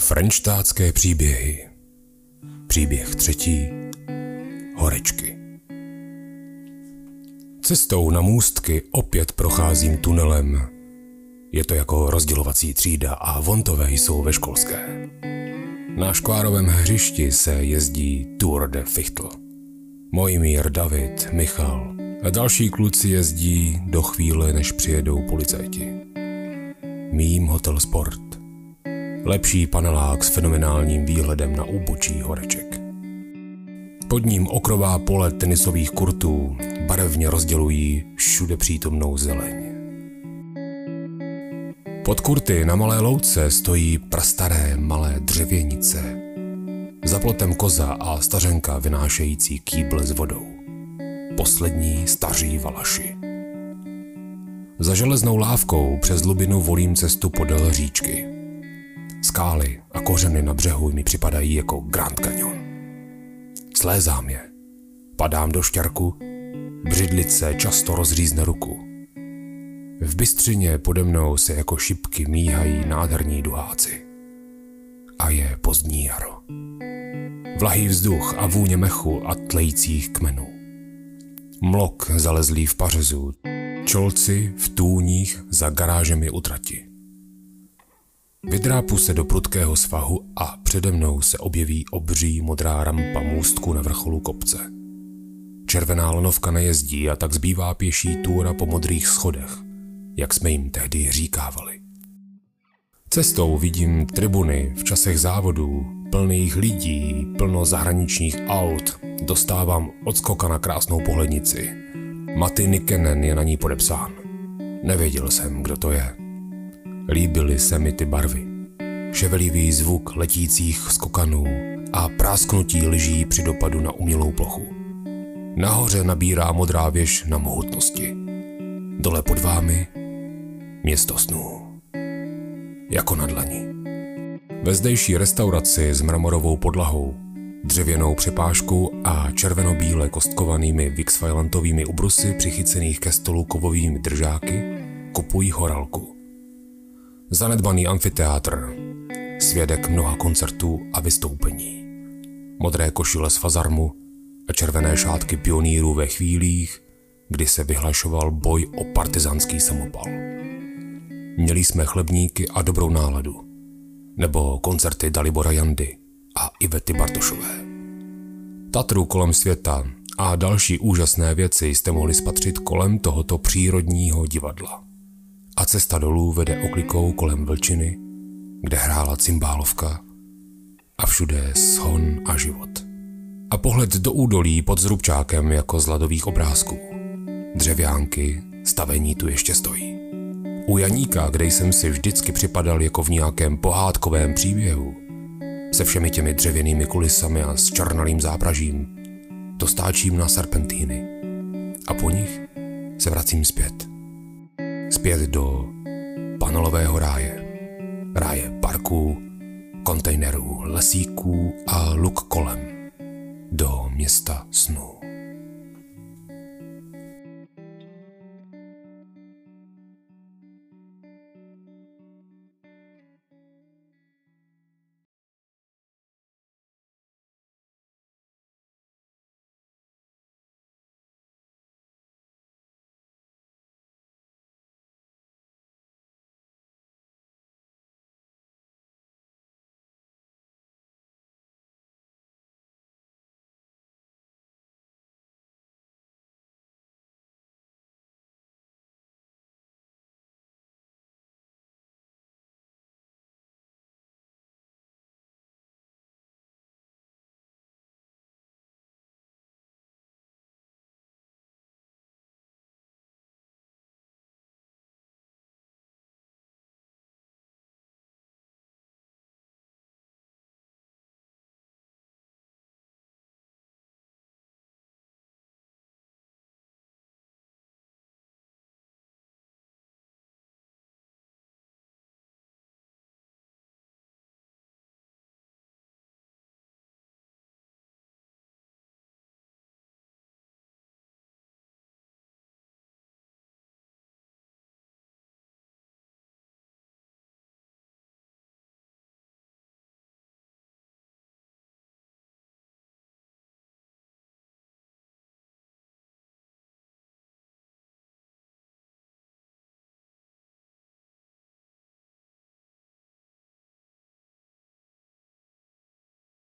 Frenštátské příběhy. Příběh 3. Horečky. Cestou na můstky opět procházím tunelem. Je to jako rozdělovací třída a vontové jsou ve školské. Na škvárovém hřišti se jezdí Tour de Fichtl. Mojmír, David, Michal a další kluci jezdí do chvíle, než přijedou policajti. Mím Hotel Sport. Lepší panelák s fenomenálním výhledem na úbočí horeček. Pod ním okrová pole tenisových kurtů barevně rozdělují všude přítomnou zeleň. Pod kurty na malé louce stojí prastaré malé dřevěnice. Za plotem koza a stařenka vynášející kýbl s vodou. Poslední staří valaši. Za železnou lávkou přes hlubinu volím cestu podél říčky. Skály a kořeny na břehu mi připadají jako Grand Canyon. Slézám je. Padám do šťarku, břidlice často rozřízne ruku. V bystřině pode mnou se jako šipky míhají nádherní duháci. A je pozdní jaro. Vlahý vzduch a vůně mechu a tlejících kmenů. Mlok zalezlý v pařezu, čolci v tůních za garážemi u trati. Vydrápu se do prudkého svahu a přede mnou se objeví obří modrá rampa můstku na vrcholu kopce. Červená lanovka nejezdí a tak zbývá pěší túra po modrých schodech, jak jsme jim tehdy říkávali. Cestou vidím tribuny v časech závodů, plných lidí, plno zahraničních aut, dostávám odskoka na krásnou pohlednici. Matti Nikkanen je na ní podepsán. Nevěděl jsem, kdo to je. Líbily se mi ty barvy. Ševelivý zvuk letících skokanů a prásknutí lyží při dopadu na umělou plochu. Nahoře nabírá modrá věž na mohutnosti. Dole pod vámi město snů. Jako na dlani. Ve zdejší restauraci s mramorovou podlahou, dřevěnou přepážkou a červenobíle kostkovanými Vixfailantovými ubrusy přichycených ke stolu kovovými držáky kupují horálku. Zanedbaný amfiteátr, svědek mnoha koncertů a vystoupení. Modré košile z fazarmu a červené šátky pionýrů ve chvílích, kdy se vyhlašoval boj o partizánský samopal. Měli jsme chlebníky a dobrou náladu, nebo koncerty Dalibora Jandy a Ivety Bartošové. Tatru kolem světa a další úžasné věci jste mohli spatřit kolem tohoto přírodního divadla. A cesta dolů vede oklikou kolem Vlčiny, kde hrála cymbálovka a všude shon a život. A pohled do údolí pod Zrubčákem jako z ladových obrázků. Dřevěnky, stavení tu ještě stojí. U Janíka, kde jsem si vždycky připadal jako v nějakém pohádkovém příběhu, se všemi těmi dřevěnými kulisami a s černalým zápražím, to stáčím na serpentíny. A po nich se vracím zpět. Zpět do panelového ráje. Ráje parků, kontejnerů, lesíků a luk kolem. Do města snů.